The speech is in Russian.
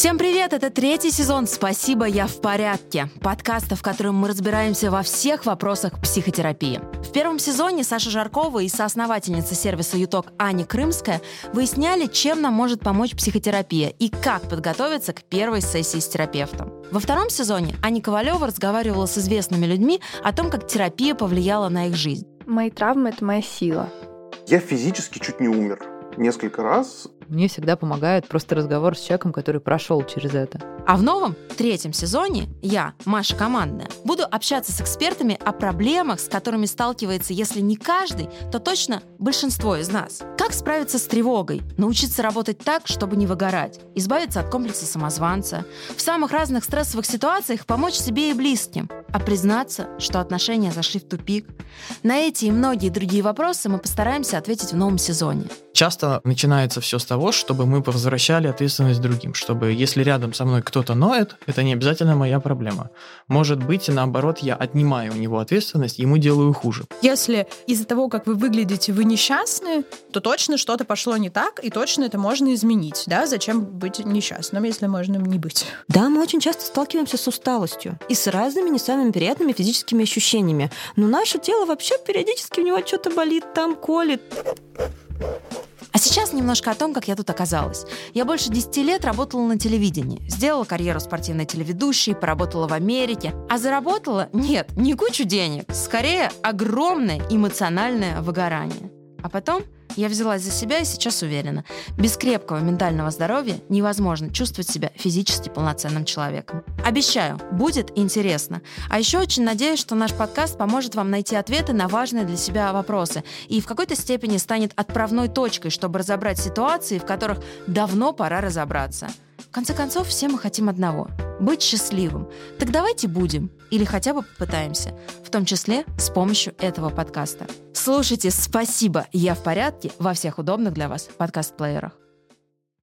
Всем привет! Это 3-й сезон «Спасибо, я в порядке» подкаста, в котором мы разбираемся во всех вопросах психотерапии. В первом сезоне Саша Жаркова и соосновательница сервиса «Юток» Аня Крымская выясняли, чем нам может помочь психотерапия и как подготовиться к первой сессии с терапевтом. Во втором сезоне Аня Ковалева разговаривала с известными людьми о том, как терапия повлияла на их жизнь. Мои травмы — это моя сила. Я физически чуть не умер. Несколько раз. Мне всегда помогает просто разговор с человеком, который прошел через это. А в новом 3-м сезоне я, Маша Командная, буду общаться с экспертами о проблемах, с которыми сталкивается, если не каждый, то точно большинство из нас. Как справиться с тревогой, научиться работать так, чтобы не выгорать, избавиться от комплекса самозванца, в самых разных стрессовых ситуациях помочь себе и близким, а признаться, что отношения зашли в тупик. На эти и многие другие вопросы мы постараемся ответить в новом сезоне. Часто начинается все с того, чтобы мы повозвращали ответственность другим, чтобы если рядом со мной кто-то ноет, это не обязательно моя проблема. Может быть, наоборот, я отнимаю у него ответственность, ему делаю хуже. Если из-за того, как вы выглядите, вы несчастны, то точно что-то пошло не так, и точно это можно изменить. Да? Зачем быть несчастным, если можно не быть? Да, мы очень часто сталкиваемся с усталостью и с разными не самыми приятными физическими ощущениями. Но наше тело вообще периодически у него что-то болит, там колет. А сейчас немножко о том, как я тут оказалась. Я больше 10 лет работала на телевидении, сделала карьеру спортивной телеведущей, поработала в Америке, а заработала, нет, не кучу денег, скорее огромное эмоциональное выгорание. А потом я взялась за себя и сейчас уверена, без крепкого ментального здоровья невозможно чувствовать себя физически полноценным человеком. Обещаю, будет интересно. А еще очень надеюсь, что наш подкаст поможет вам найти ответы на важные для себя вопросы и в какой-то степени станет отправной точкой, чтобы разобрать ситуации, в которых давно пора разобраться. В конце концов, все мы хотим одного — быть счастливым. Так давайте будем, или хотя бы попытаемся, в том числе с помощью этого подкаста. Слушайте «Спасибо, я в порядке» во всех удобных для вас подкаст-плеерах.